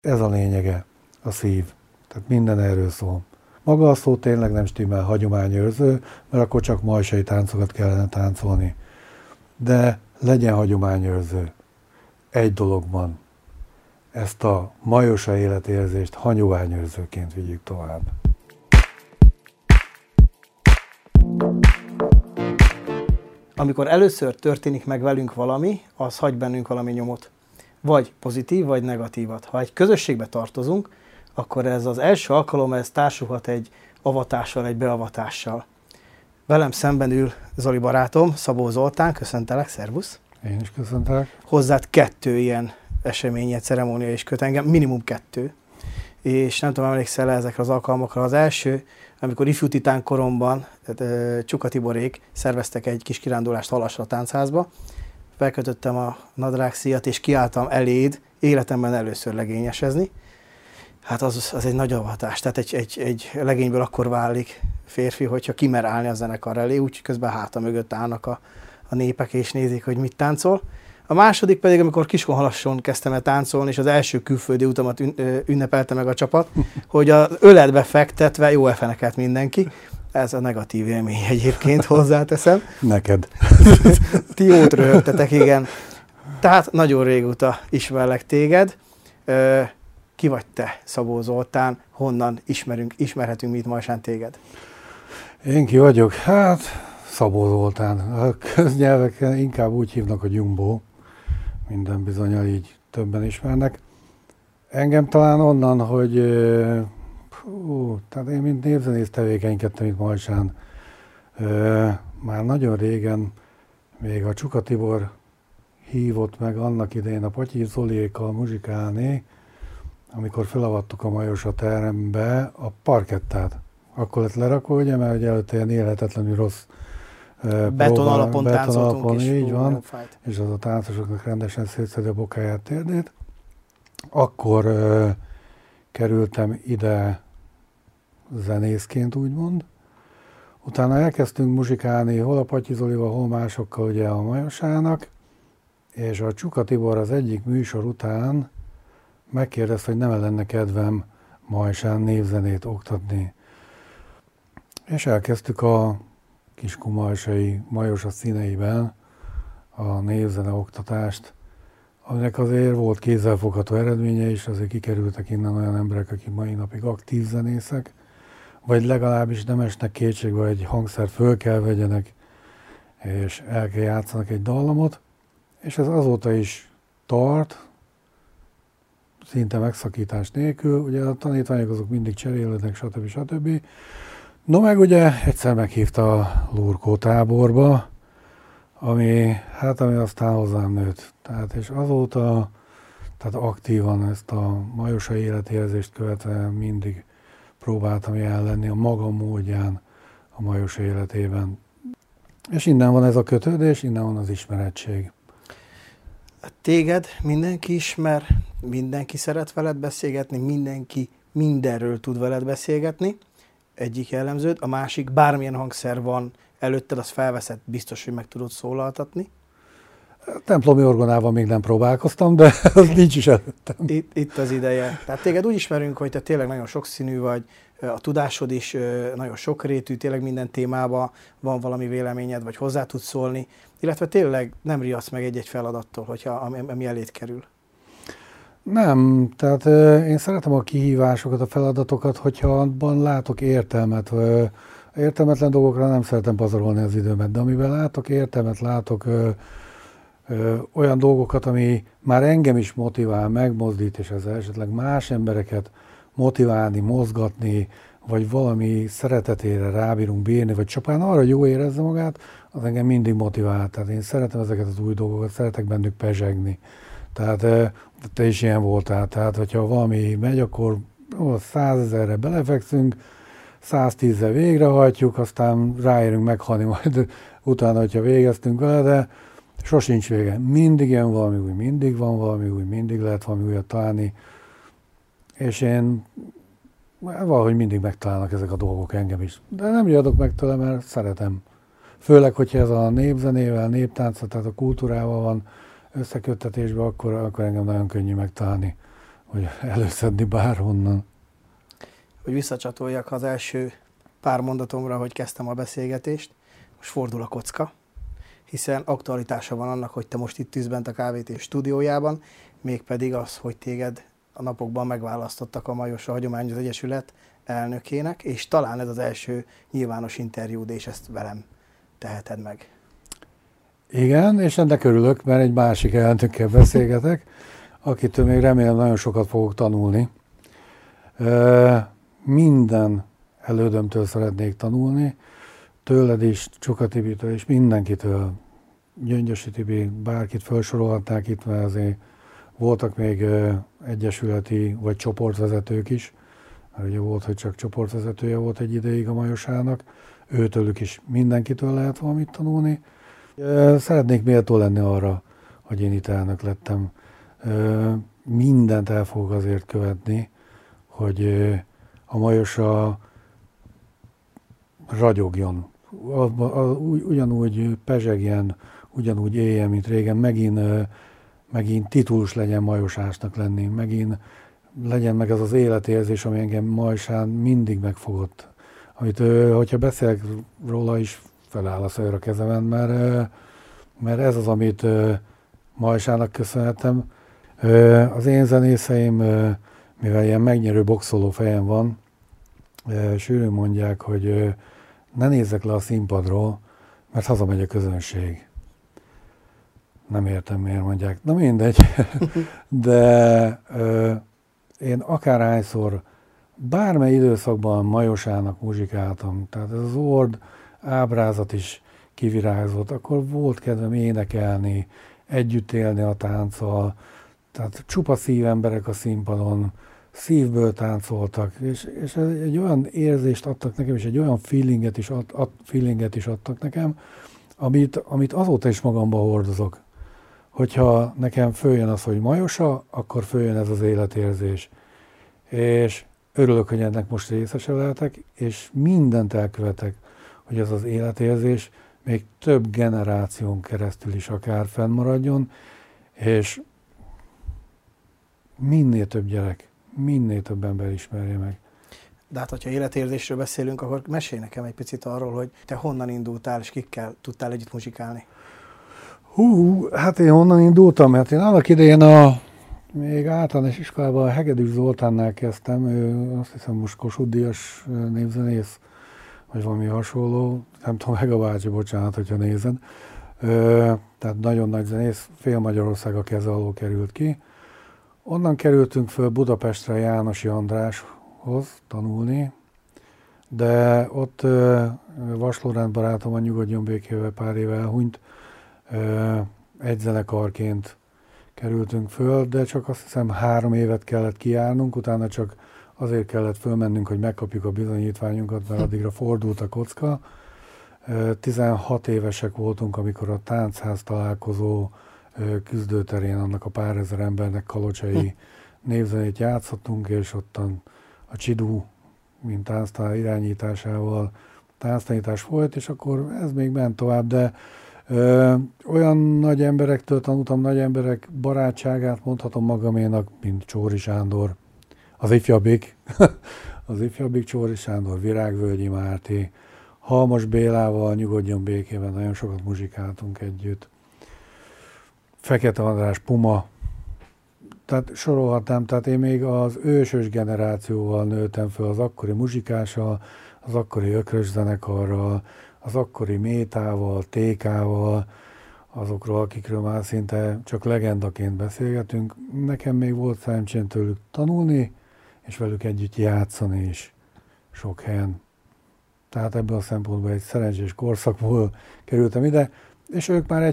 Ez a lényege, a szív. Tehát minden erről szól. Maga a szó tényleg nem stimmel, hagyományőrző, mert akkor csak majsai táncokat kellene táncolni. De legyen hagyományőrző. Egy dologban. Ezt a majosa életérzést hagyományőrzőként vigyük tovább. Amikor először történik meg velünk valami, az hagy bennünk valami nyomot. Vagy pozitív, vagy negatívat. Ha egy közösségbe tartozunk, akkor ez az első alkalom, ez társulhat egy avatással, egy beavatással. Velem szemben ül Zoli barátom, Szabó Zoltán, köszöntelek, szervusz! Én is köszöntelek. Hozzád 2 ilyen eseménye, ceremónia is köt engem, minimum 2. És nem tudom, emlékszel ezekre az alkalmakra. Az első, amikor ifjú titán koromban Csuka Tiborék szerveztek egy kis kirándulást Halasra táncházba, felkötöttem a nadrágszíjat, és kiálltam eléd életemben először legényesezni. Hát az egy nagy avatás. Tehát egy legényből akkor válik férfi, hogyha kimer állni a zenekar elé, úgy közben háta mögött állnak a népek, és nézik, hogy mit táncol. A második pedig, amikor Kiskunhalasson kezdtem el táncolni, és az első külföldi utamat ünnepelte meg a csapat, hogy az öletbe fektetve jól fenekelt mindenki. Ez a negatív élmény egyébként, hozzáteszem. Neked. Ti jót röhögtetek, igen. Tehát nagyon régóta ismerlek téged. Ki vagy te, Szabó Zoltán? Honnan ismerhetünk mi itt Majsán téged? Én ki vagyok? Hát, Szabó Zoltán. A köznyelveken inkább úgy hívnak, hogy Jumbo. Minden bizonnyal így többen ismernek. Engem talán onnan, hogy tehát én mint névzenész tevékenykedtem itt Majsán. Már nagyon régen még a Csuka Tibor hívott meg annak idején a Patyi Zoliékkal muzsikálni, amikor felavattuk a Majosa terembe a parkettát. Akkor lett lerakva, ugye, mert ugye előtte ilyen élhetetlenül rossz beton alapon táncoltunk is. Így van, és az a táncosoknak rendesen szétszedi a bokáját, térdét. Akkor kerültem ide zenészként, úgymond. Utána elkezdtünk muzsikálni hol a Patyi Zolival, hol másokkal ugye a Majosának, és a Csuka Tibor az egyik műsor után megkérdezte, hogy nem lenne kedvem Majsán névzenét oktatni. És elkezdtük a kiskunmajsai Majosa színeiben a névzene oktatást, aminek azért volt kézzelfogható eredménye is, azért kikerültek innen olyan emberek, akik mai napig aktív zenészek, vagy legalábbis nem esnek kétségbe, egy hangszer föl kell vegyenek, és el kell játszanak egy dallamot, és ez azóta is tart, szinte megszakítás nélkül, ugye a tanítványok azok mindig cserélődnek, stb. No meg ugye egyszer meghívta a Lurkó táborba, ami aztán hozzám nőtt. Tehát és azóta, tehát aktívan ezt a majosai életérzést követve mindig próbáltam jelen lenni a maga módján a majos életében. És innen van ez a kötődés, innen van az ismerettség. Téged mindenki ismer, mindenki szeret veled beszélgetni, mindenki mindenről tud veled beszélgetni. Egyik jellemződ, a másik, bármilyen hangszer van előtted, az felveszed, biztos, hogy meg tudod szólaltatni. Templomi orgonával még nem próbálkoztam, de az nincs is előttem. Itt az ideje. Tehát téged úgy ismerünk, hogy te tényleg nagyon sokszínű vagy, a tudásod is nagyon sokrétű, tényleg minden témában van valami véleményed, vagy hozzá tudsz szólni, illetve tényleg nem riadsz meg egy-egy feladattól, ami eléd kerül. Nem, tehát én szeretem a kihívásokat, a feladatokat, hogyha abban látok értelmet. Értelmetlen dolgokra nem szeretem pazarolni az időmet, de amiben látok értelmet, látok olyan dolgokat, ami már engem is motivál, megmozdít, és ezzel esetleg más embereket motiválni, mozgatni, vagy valami szeretetére rábírunk bírni, vagy csupán arra, hogy jó érezze magát, az engem mindig motivál. Tehát én szeretem ezeket az új dolgokat, szeretek bennük pezsegni. Tehát te is ilyen voltál, tehát hogyha valami megy, akkor 100 000-re belefekszünk, 110-re végrehajtjuk, aztán ráérünk meghalni majd utána, hogyha végeztünk vele, de sosincs vége. Mindig jön valami új, mindig van valami új, mindig lehet valami újat találni, és én valahogy mindig megtalálnak ezek a dolgok engem is. De nem riadok meg tőle, mert szeretem. Főleg, hogyha ez a népzenével, néptánccal, tehát a kultúrával van összeköttetésben, akkor engem nagyon könnyű megtalálni hogy előszedni bárhonnan. Hogy visszacsatoljak az első pár mondatomra, hogy kezdtem a beszélgetést, most fordul a kocka, hiszen aktualitása van annak, hogy te most itt ülsz bent a KVT stúdiójában, mégpedig az, hogy téged a napokban megválasztottak a Majosa Hagyományos Egyesület elnökének, és talán ez az első nyilvános interjúd, és ezt velem teheted meg. Igen, és ennek örülök, mert egy másik elnökkel beszélgetek, akitől még remélem nagyon sokat fogok tanulni. Minden elődömtől szeretnék tanulni, tőled is, Csuka Tibitől és mindenkitől. Gyöngyösi Tibi, bárkit felsorolhatnák itt, mert azért voltak még egyesületi vagy csoportvezetők is, mert ugye volt, hogy csak csoportvezetője volt egy ideig a Majosának, őtőlük is mindenkitől lehet valamit tanulni. Szeretnék méltó lenni arra, hogy én itt elnök lettem. Mindent el fogok azért követni, hogy a Majosa ragyogjon, ugyanúgy pezsegjen, ugyanúgy éljen, mint régen, megint titulus legyen majosásnak lenni, megint legyen meg az az életérzés, ami engem Majsán mindig megfogott. Amit, hogyha beszélek róla is, feláll a szőr a kezemen, mert ez az, amit Majsának köszönhetem. Az én zenészeim, mivel ilyen megnyerő boxoló fejem van, sűrűn mondják, hogy ne nézzek le a színpadról, mert hazamegy a közönség. Nem értem, miért mondják. Na mindegy. De én akárhányszor, bármely időszakban Majosának muzsikáltam, tehát ez az Ord ábrázat is kivirágzott, akkor volt kedvem énekelni, együtt élni a tánccal, tehát csupa szívemberek a színpadon, szívből táncoltak, és egy olyan érzést adtak nekem, és egy olyan feelinget is adtak nekem, amit azóta is magamba hordozok. Hogyha nekem följön az, hogy Majosa, akkor följön ez az életérzés. És örülök, hogy ennek most részese lehetek, és mindent elkövetek, hogy ez az életérzés még több generáción keresztül is akár fennmaradjon, és minél több gyerek, minél több ember ismerje meg. De hát, hogyha életérzésről beszélünk, akkor mesélj nekem egy picit arról, hogy te honnan indultál, és kikkel tudtál együtt muzsikálni. Hát én honnan indultam, mert én annak idején még általános iskolában a Hegedűs Zoltánnál kezdtem, ő azt hiszem most Kossuth Díjas névzenész, vagy valami hasonló, nem tudom, Hega bácsi, bocsánat, hogyha nézed. Tehát nagyon nagy zenész, fél Magyarország a keze alól került ki. Onnan kerültünk föl Budapestre Jánosi Andráshoz tanulni, de ott Vas Lóránt barátom, a nyugodjon békével pár éve elhunyt, egy zenekarként kerültünk föl, de csak azt hiszem 3 évet kellett kijárnunk, utána csak azért kellett fölmennünk, hogy megkapjuk a bizonyítványunkat, mert addigra fordult a kocka. 16 évesek voltunk, amikor a Táncház találkozó küzdőterén annak a pár ezer embernek kalocsai névzenét játszottunk, és ottan a Csidú, mint tánctanár irányításával tánctanítás folyt, és akkor ez még ment tovább, de olyan nagy emberektől tanultam, nagy emberek barátságát mondhatom magaménak, mint Csóri Sándor, az ifjabbik, az ifjabbik Csóri Sándor, Virágvölgyi Márti, Halmos Bélával, nyugodjon békében, nagyon sokat muzsikáltunk együtt. Fekete András, Puma, tehát sorolhatnám, tehát én még az ősös generációval nőttem föl, az akkori muzsikással, az akkori ökrös zenekarral, az akkori Métával, Tékával, azokról, akikről már szinte csak legendaként beszélgetünk. Nekem még volt szerencsém tőlük tanulni, és velük együtt játszani is sok helyen. Tehát ebből a szempontból egy szerencsés korszakból kerültem ide, és ők már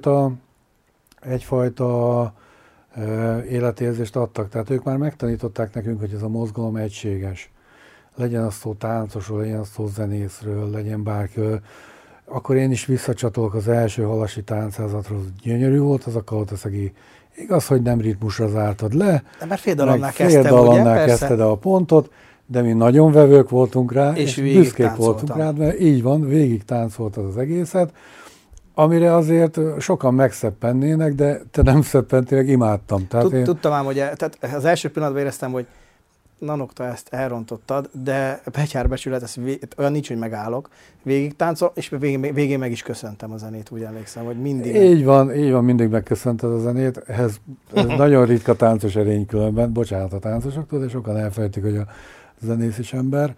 egyfajta életérzést adtak. Tehát ők már megtanították nekünk, hogy ez a mozgalom egységes. Legyen az szó táncosról, legyen az szó zenészről, legyen bárkiről. Akkor én is visszacsatolok az első halasi táncházatról. Gyönyörű volt az a kalotaszegi. Igaz, hogy nem ritmusra zártad le. De már féldalomnál kezdted a pontot, de mi nagyon vevők voltunk rá, és büszkék voltunk rá, mert így van, végig táncoltad az egészet. amire azért sokan megszeppennének, de te nem szeppentél, meg imádtam. Tudtam ám, hogy tehát az első pillanatban éreztem, hogy Nanokta, ezt elrontottad, de betyárbecsület, ez olyan nincs, hogy megállok. Végig táncol, és végén meg is köszöntem a zenét, úgy emlékszem, hogy mindig. Így van, mindig megköszönted a zenét. Ez nagyon ritka táncos erény különben. Bocsánat a táncosoktól, de sokan elfelejtik, hogy a zenész is ember.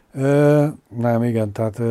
Nem, igen, tehát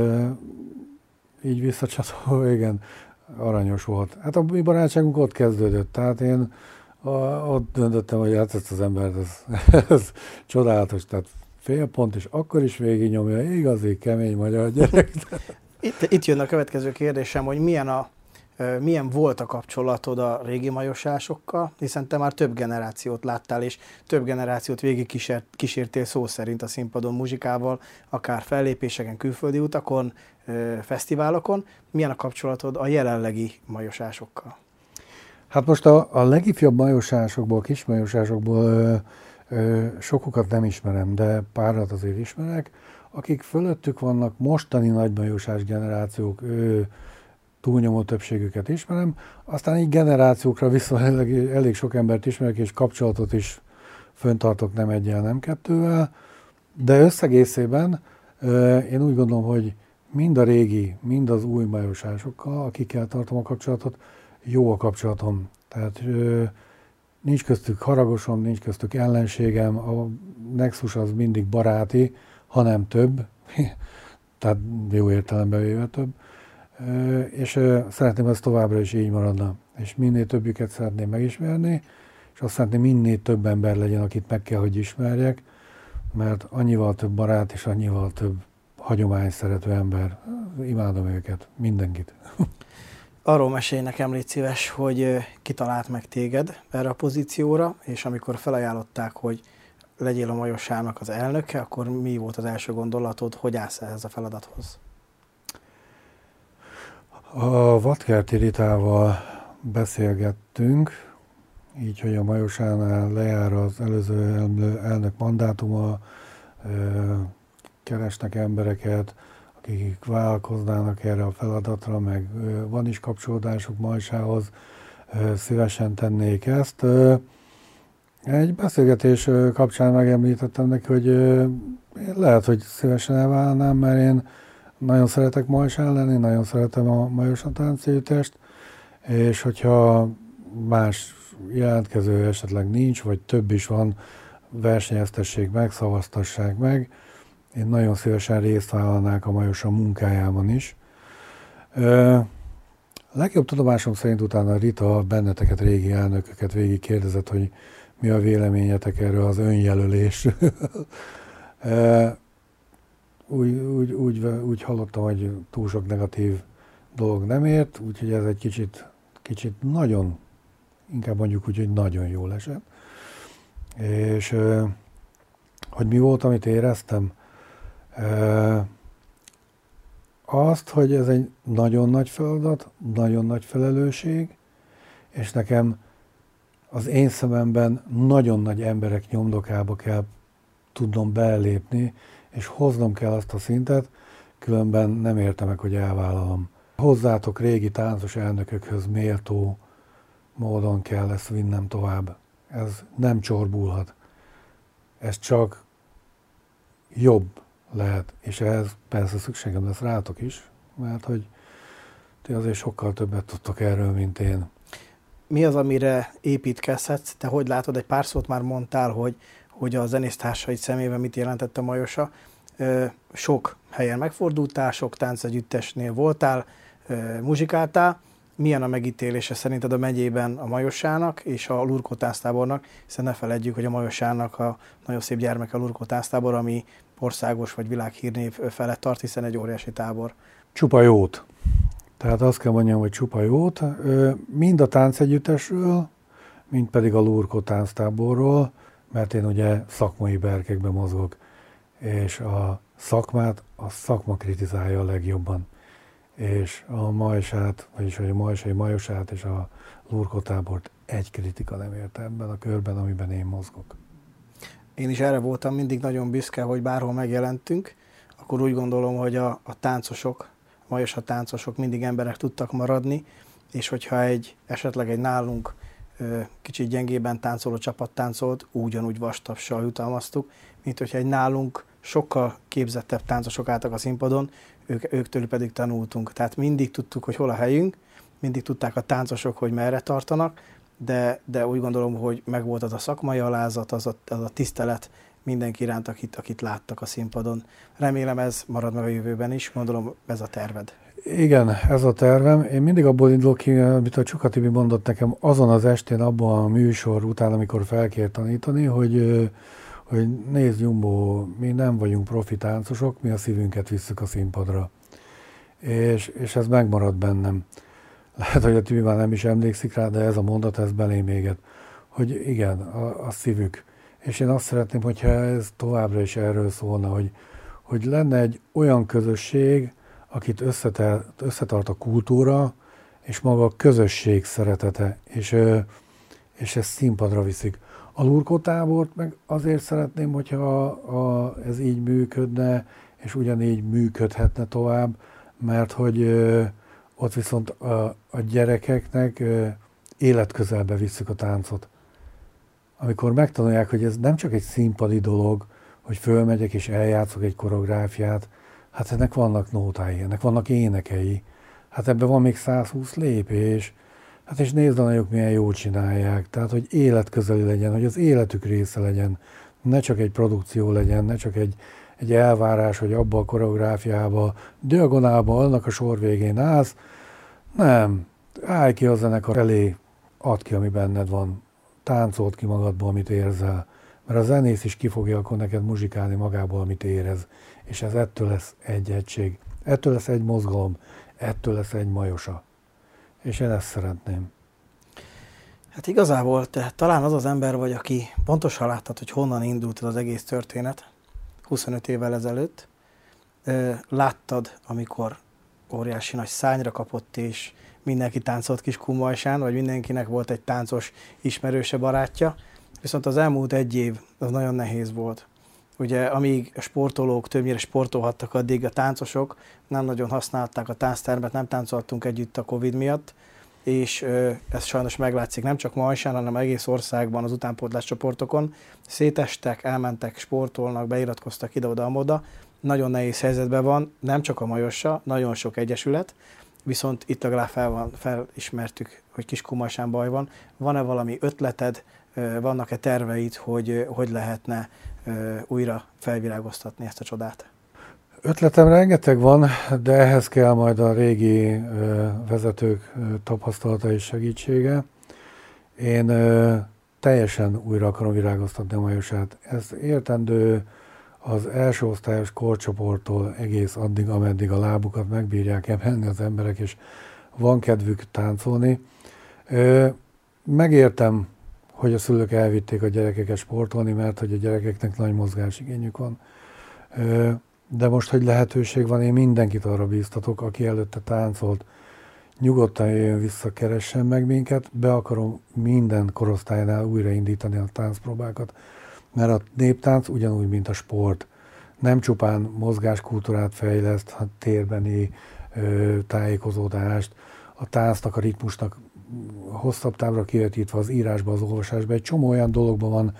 így visszacsatolva, igen, aranyos volt. Hát a mi barátságunk ott kezdődött, tehát én ott döntöttem, hogy hát ezt az embert, ez csodálatos, tehát fél pont, és akkor is végignyomja, igazi, kemény magyar gyerek. Itt jön a következő kérdésem, hogy milyen volt a kapcsolatod a régi majosásokkal, hiszen te már több generációt láttál, és több generációt végig kísértél szó szerint a színpadon muzsikával, akár fellépéseken, külföldi utakon, fesztiválokon. Milyen a kapcsolatod a jelenlegi majosásokkal? Hát most a legifjabb majosásokból, kismajosásokból sokukat nem ismerem, de párat azért ismerek, akik fölöttük vannak mostani nagymajosás generációk, túlnyomó többségüket ismerem, aztán így generációkra vissza elég sok embert ismerek, és kapcsolatot is föntartok nem egyel, nem kettővel, de összegészében én úgy gondolom, hogy mind a régi, mind az új majosásokkal, akikkel tartom a kapcsolatot, jó a kapcsolatom. Tehát nincs köztük haragosom, nincs köztük ellenségem, a nexus az mindig baráti, hanem több, tehát jó értelemben véve több, és szeretném, ez továbbra is így maradna. És minél többüket szeretném megismerni, és azt szeretném, minél több ember legyen, akit meg kell, hogy ismerjek, mert annyival több barát, és annyival több hagyomány szerető ember. Imádom őket, mindenkit. Arról mesélj nekem, légy szíves, hogy ki talált meg téged erre a pozícióra, és amikor felajánlották, hogy legyél a Majossának az elnöke, akkor mi volt az első gondolatod, hogy állsz ehhez a feladathoz? A Vadkerti Ritával beszélgettünk, így, hogy a Majossánál lejár az előző elnök mandátuma, keresnek embereket, akik vállalkoznának erre a feladatra, meg van is kapcsolódásuk Majsához, szívesen tennék ezt. Egy beszélgetés kapcsán megemlítettem neki, hogy lehet, hogy szívesen elvállalnám, mert én nagyon szeretek Majsán lenni, nagyon szeretem a Majosa táncegyüttest, és hogyha más jelentkező esetleg nincs, vagy több is van, versenyeztessék meg, szavaztassák meg. Én nagyon szívesen részt vállalnák a Majosa munkájában is. Legjobb tudomásom szerint utána Rita benneteket, régi elnököket végig kérdezett, hogy mi a véleményetek erről az önjelölés. Úgy hallottam, hogy túl sok negatív dolog nem ért, úgyhogy ez egy kicsit nagyon, inkább mondjuk úgy, hogy nagyon jól esett. És hogy mi volt, amit éreztem? Azt, hogy ez egy nagyon nagy feladat, nagyon nagy felelősség, és nekem az én szememben nagyon nagy emberek nyomdokába kell tudnom belépni, és hoznom kell azt a szintet, különben nem értem meg, hogy elvállalom. Hozzátok régi táncos elnökökhöz méltó módon kell ezt vinnem tovább. Ez nem csorbulhat. Ez csak jobb lehet, és ehhez persze szükségem lesz rátok is, mert hogy ti azért sokkal többet tudtok erről, mint én. Mi az, amire építkezhetsz? Te hogy látod, egy pár szót már mondtál, hogy a zenésztársaid szemében mit jelentett a Majosa. Sok helyen megfordultál, sok táncegyüttesnél voltál, muzsikáltál. Milyen a megítélése szerinted a megyében a Majossának és a Lurkó tánctábornak? Hiszen ne feledjük, hogy a Majossának a nagyon szép gyermeke a Lurkó tánctábor, ami országos vagy világhírnév felett tart, hiszen egy óriási tábor. Csupa jót. Tehát azt kell mondjam, hogy csupa jót. Mind a táncegyüttesről, mind pedig a Lurkó tánctáborról, mert én ugye szakmai berkekben mozgok, és a szakmát a szakma kritizálja a legjobban. És a Majsát, vagyis a Majsai Majosát és a Lurkó tábort egy kritika nem érte ebben a körben, amiben én mozgok. Én is erre voltam mindig nagyon büszke, hogy bárhol megjelentünk, akkor úgy gondolom, hogy a táncosok, majosa táncosok mindig emberek tudtak maradni, és hogyha esetleg egy nálunk kicsit gyengében táncoló csapat táncolt, ugyanúgy vastapssal jutalmaztuk, mint hogyha egy nálunk sokkal képzettebb táncosok álltak a színpadon, őktől pedig tanultunk. Tehát mindig tudtuk, hogy hol a helyünk, mindig tudták a táncosok, hogy merre tartanak, de úgy gondolom, hogy megvolt az a szakmai alázat, az a tisztelet mindenki iránt, akit láttak a színpadon. Remélem ez marad meg a jövőben is, gondolom ez a terved. Igen, ez a tervem. Én mindig abból indulok ki, amit a Csuka Tibi mondott nekem azon az estén, abban a műsor után, amikor fel kell tanítani, hogy nézd Jumbo, mi nem vagyunk profi táncosok, mi a szívünket visszük a színpadra. És ez megmarad bennem. Lehet, hogy a Tibi már nem is emlékszik rá, de ez a mondat, ez belém éget, hogy igen, a szívük. És én azt szeretném, hogyha ez továbbra is erről szólna, hogy lenne egy olyan közösség, akit összetart a kultúra, és maga a közösség szeretete, és ezt színpadra viszik. A lurkotábort meg azért szeretném, hogyha ez így működne, és ugyanígy működhetne tovább, mert hogy ott viszont a gyerekeknek életközelbe visszük a táncot. Amikor megtanulják, hogy ez nem csak egy színpadi dolog, hogy fölmegyek és eljátszok egy koreográfiát, hát ennek vannak nótái, ennek vannak énekei, hát ebben van még 120 lépés, hát és nézd a nagyok milyen jól csinálják, tehát hogy életközeli legyen, hogy az életük része legyen, ne csak egy produkció legyen, ne csak egy elvárás, hogy abba a koreográfiába, diagonálban annak a sor végén állsz, nem, állj ki a zenekar elé, add ki, ami benned van, táncold ki magadból, amit érzel, mert a zenész is ki fogja akkor neked muzsikálni magából, amit érez, és ez ettől lesz egy egység, ettől lesz egy mozgalom, ettől lesz egy majosa. És én ezt szeretném. Hát igazából te talán az az ember vagy, aki pontosan láttad, hogy honnan indult ez az egész történet, 25 évvel ezelőtt. Láttad, amikor óriási nagy szányra kapott, és mindenki táncolt Kiskunmajsán, vagy mindenkinek volt egy táncos ismerőse, barátja. Viszont az elmúlt egy év az nagyon nehéz volt. Ugye amíg a sportolók többnyire sportolhattak, addig a táncosok nem nagyon használták a tánctermet, nem táncoltunk együtt a Covid miatt, és ez sajnos meglátszik nem csak Majsán, hanem egész országban az utánpótlás csoportokon. Szétestek, elmentek, sportolnak, beiratkoztak ide-oda-amoda. Nagyon nehéz helyzetben van, nem csak a Majosa, nagyon sok egyesület, viszont itt legalább felismertük, hogy Kiskunmajsán baj van. Van-e valami ötleted, vannak-e terveid, hogy lehetne újra felvirágoztatni ezt a csodát? Ötletem rengeteg van, de ehhez kell majd a régi vezetők tapasztalata és segítsége. Én teljesen újra akarom virágoztatni a Majosát. Ez értendő az első osztályos korcsoporttól egész addig, ameddig a lábukat megbírják emelni az emberek, és van kedvük táncolni. Megértem, hogy a szülők elvitték a gyerekeket sportolni, mert hogy a gyerekeknek nagy mozgásigényük van. De most, hogy lehetőség van, én mindenkit arra bíztatok, aki előtte táncolt, nyugodtan jöjjön vissza, keressen meg minket, be akarom minden korosztálynál újraindítani a táncpróbákat, mert a néptánc ugyanúgy, mint a sport. Nem csupán mozgáskultúrát fejleszt, hanem térbeni tájékozódást, a táncnak, a ritmusnak hosszabb távra kivetítve az írásba, az olvasásba. Egy csomó olyan dologban van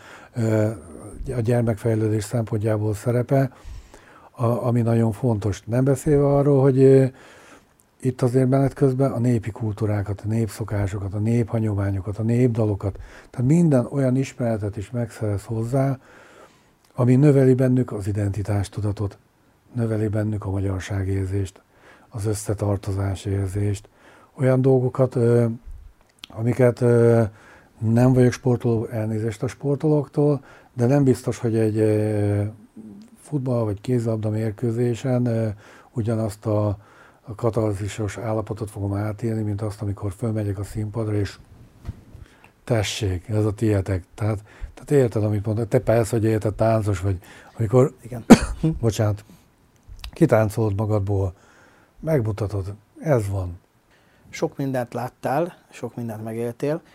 a gyermekfejlődés szempontjából szerepe, ami nagyon fontos. Nem beszélve arról, hogy itt azért menet közben a népi kultúrákat, a népszokásokat, a néphagyományokat, a népdalokat, tehát minden olyan ismeretet is megszerez hozzá, ami növeli bennük az identitástudatot, növeli bennük a magyarságérzést, az összetartozás érzést, olyan dolgokat, amiket nem vagyok sportoló, elnézést a sportolóktól, de nem biztos, hogy egy futball vagy kézilabda mérkőzésen ugyanazt a katarzisos állapotot fogom átélni, mint azt, amikor fölmegyek a színpadra, és tessék, ez a tietek. Tehát érted, amit mondod? Te persze, hogy érted, táncos vagy. Amikor, igen. bocsánat, kitáncolod magadból, megmutatod, ez van. Sok mindent láttál, sok mindent megéltél.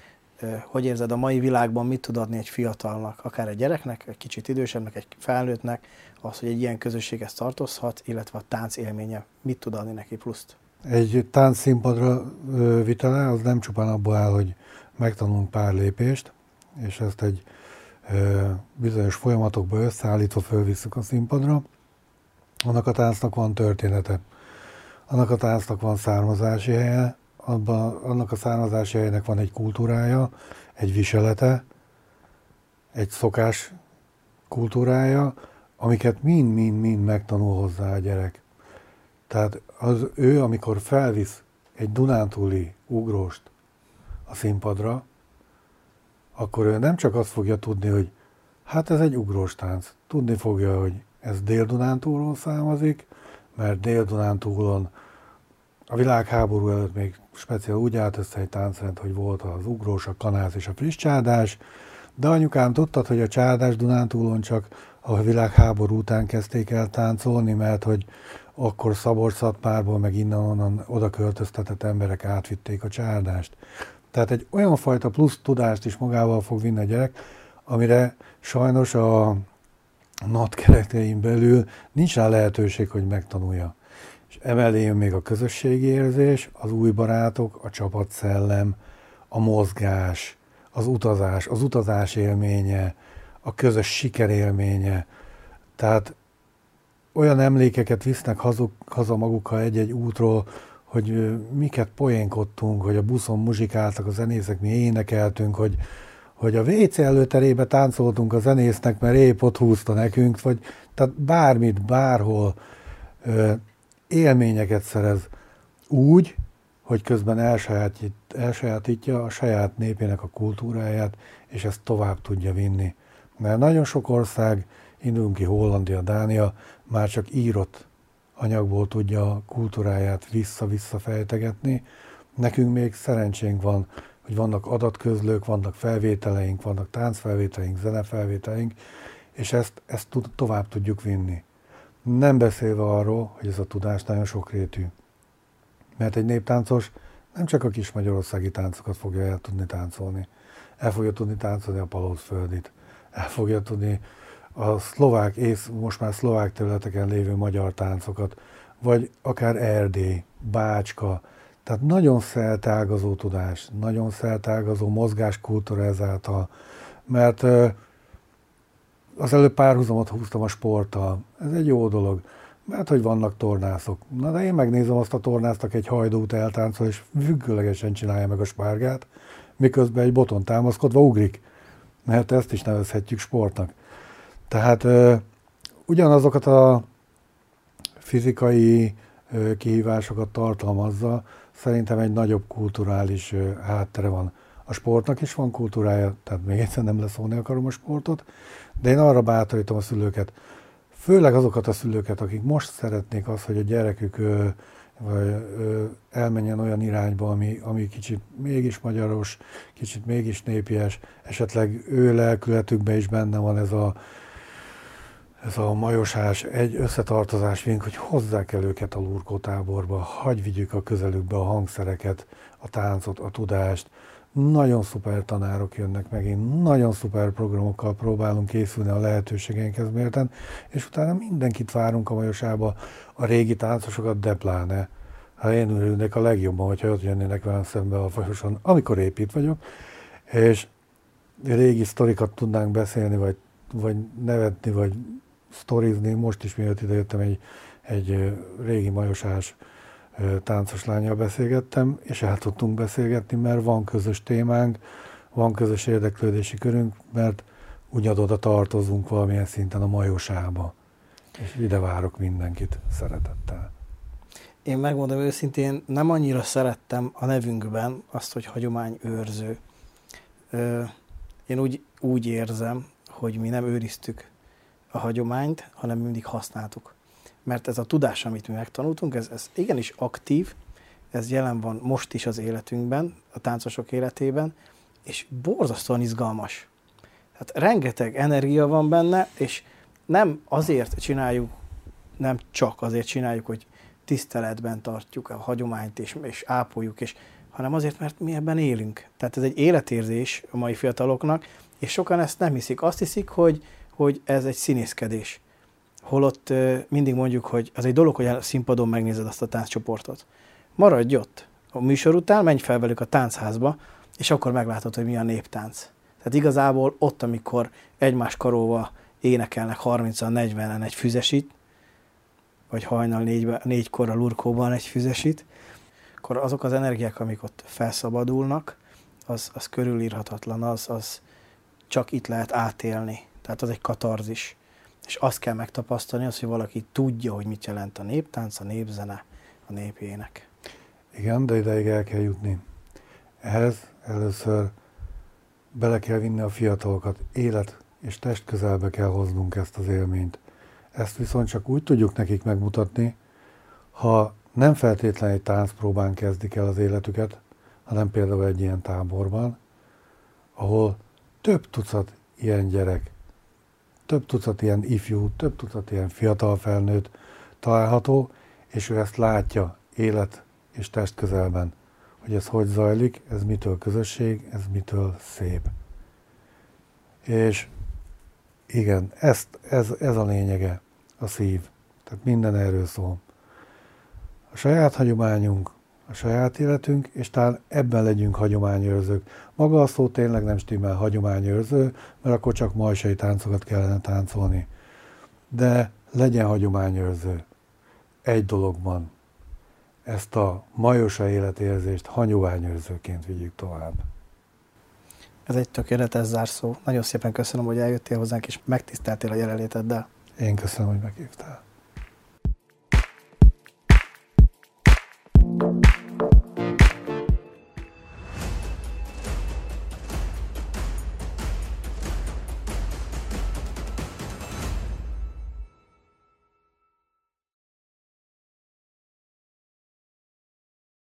hogy érzed, a mai világban mit tud adni egy fiatalnak, akár egy gyereknek, egy kicsit idősebbnek, egy felnőttnek, az, hogy egy ilyen közösséghez tartozhat, illetve a tánc élménye mit tud adni neki pluszt? Egy tánc színpadra vitele az nem csupán abból áll, hogy megtanulunk pár lépést, és ezt egy bizonyos folyamatokba összeállítva fölvisszük a színpadra. Annak a táncnak van története, annak a táncnak van származási helye, annak a származási helynek van egy kultúrája, egy viselete, egy szokás kultúrája, amiket mind megtanul hozzá a gyerek. Tehát ő, amikor felvisz egy dunántúli ugróst a színpadra, akkor ő nem csak azt fogja tudni, hogy hát ez egy ugrós tánc. Tudni fogja, hogy ez Dél-Dunántúlról származik, mert Dél-Dunántúlon a világháború előtt még speciál úgy állt össze egy táncrend, hogy volt az ugrós, a kanász és a friss csárdás, de anyukám tudtad, hogy a csárdás Dunántúlon csak a világháború után kezdték el táncolni, mert hogy akkor Szabolcs-Szatmárból, meg innen-onnan oda költöztetett emberek átvitték a csárdást. Tehát egy olyan fajta plusz tudást is magával fog vinni a gyerek, amire sajnos a NAT keretein belül nincs rá lehetőség, hogy megtanulja. És emellé jön még a közösségi érzés, az új barátok, a csapatszellem, a mozgás, az utazás élménye, a közös siker élménye. Tehát olyan emlékeket visznek haza magukkal egy-egy útról, hogy miket poénkodtunk, hogy a buszon muzsikáltak a zenészek, mi énekeltünk, hogy a WC előterébe táncoltunk a zenésznek, mert épp ott húzta nekünk, vagy tehát bármit, bárhol élményeket szerez úgy, hogy közben elsajátítja a saját népének a kultúráját, és ezt tovább tudja vinni. Mert nagyon sok ország, indulunk ki Hollandia, Dánia, már csak írott anyagból tudja a kultúráját vissza-vissza fejtegetni. Nekünk még szerencsénk van, hogy vannak adatközlők, vannak felvételeink, vannak táncfelvételeink, zenefelvételeink, és ezt tovább tudjuk vinni. Nem beszélve arról, hogy ez a tudás nagyon sokrétű. Mert egy néptáncos nem csak a kis magyarországi táncokat fogja el tudni táncolni. El fogja tudni táncolni a Palócföldit. El fogja tudni a szlovák, most már szlovák területeken lévő magyar táncokat, vagy akár Erdély, Bácska. Tehát nagyon szerteágazó tudás, nagyon szerteágazó mozgáskultúra ezáltal. Mert az előbb párhuzamot húztam a sporttal. Ez egy jó dolog, mert hogy vannak tornászok. Na de én megnézem azt a tornásznak egy hajdút eltáncol, és függőlegesen csinálja meg a spárgát, miközben egy boton támaszkodva ugrik. Mert ezt is nevezhetjük sportnak. Tehát ugyanazokat a fizikai kihívásokat tartalmazza, szerintem egy nagyobb kulturális háttere van. A sportnak is van kultúrája, tehát még egyszer nem leszólni akarom a sportot, de én arra bátorítom a szülőket, főleg azokat a szülőket, akik most szeretnék azt, hogy a gyerekük elmenjen olyan irányba, ami kicsit mégis magyaros, kicsit mégis népies, esetleg ő lelkületükben is benne van ez a majosás, egy összetartozás vink, hogy hozzák el őket a lurkótáborba, hagy vigyük a közelükbe a hangszereket, a táncot, a tudást. Nagyon szuper tanárok jönnek megint, nagyon szuper programokkal próbálunk készülni a lehetőségenkhez mérten, és utána mindenkit várunk a majosába, a régi táncosokat, de pláne. Hát én örülnék a legjobban, hogyha ott jönnének velem szembe a folyosón, amikor épp itt vagyok, és régi sztorikat tudnánk beszélni, vagy nevetni, vagy sztorizni. Most is mielőtt idejöttem egy régi majosás táncos lánnyal beszélgettem, és el tudtunk beszélgetni, mert van közös témánk, van közös érdeklődési körünk, mert ugyanoda tartozunk valamilyen szinten a majosába. És ide várok mindenkit szeretettel. Én megmondom őszintén, nem annyira szerettem a nevünkben azt, hogy hagyományőrző. Én úgy érzem, hogy mi nem őriztük a hagyományt, hanem mindig használtuk. Mert ez a tudás, amit mi megtanultunk, ez igenis aktív, ez jelen van most is az életünkben, a táncosok életében, és borzasztóan izgalmas. Hát rengeteg energia van benne, és nem azért csináljuk, nem csak azért csináljuk, hogy tiszteletben tartjuk a hagyományt, és ápoljuk, és hanem azért, mert mi ebben élünk. Tehát ez egy életérzés a mai fiataloknak, és sokan ezt nem hiszik. Azt hiszik, hogy ez egy színészkedés. Holott mindig mondjuk, hogy az egy dolog, hogy a színpadon megnézed azt a tánccsoportot. Maradj ott. A műsor után menj fel velük a táncházba, és akkor meglátod, hogy mi a néptánc. Tehát igazából ott, amikor egymás karolva énekelnek 30-an, 40-en egy füzesit, vagy hajnal 4-kor a Lurkóban egy füzesit, akkor azok az energiák, amik ott felszabadulnak, az körülírhatatlan, az csak itt lehet átélni. Tehát az egy katarzis. És azt kell megtapasztalni, hogy valaki tudja, hogy mit jelent a néptánc, a népzene, a népének. Igen, de ideig el kell jutni. Ehhez először bele kell vinni a fiatalokat, élet és test közelbe kell hoznunk ezt az élményt. Ezt viszont csak úgy tudjuk nekik megmutatni, ha nem feltétlenül egy táncpróbán kezdik el az életüket, hanem például egy ilyen táborban, ahol több tucat ilyen gyerek, több tucat ilyen ifjú, több tucat ilyen fiatal felnőtt található, és ő ezt látja élet és test közelben, hogy ez hogy zajlik, ez mitől közösség, ez mitől szép. És igen, ez a lényege, a szív. Tehát minden erről szól. A saját hagyományunk, a saját életünk, és talán ebben legyünk hagyományőrzők. Maga a szó tényleg nem stimmel, hagyományőrző, mert akkor csak majsai táncokat kellene táncolni. De legyen hagyományőrző. Egy dologban. Ezt a majosa életérzést hagyományőrzőként vigyük tovább. Ez egy tökéletes zárszó. Nagyon szépen köszönöm, hogy eljöttél hozzánk, és megtiszteltél a jelenléteddel. Én köszönöm, hogy meghívtál.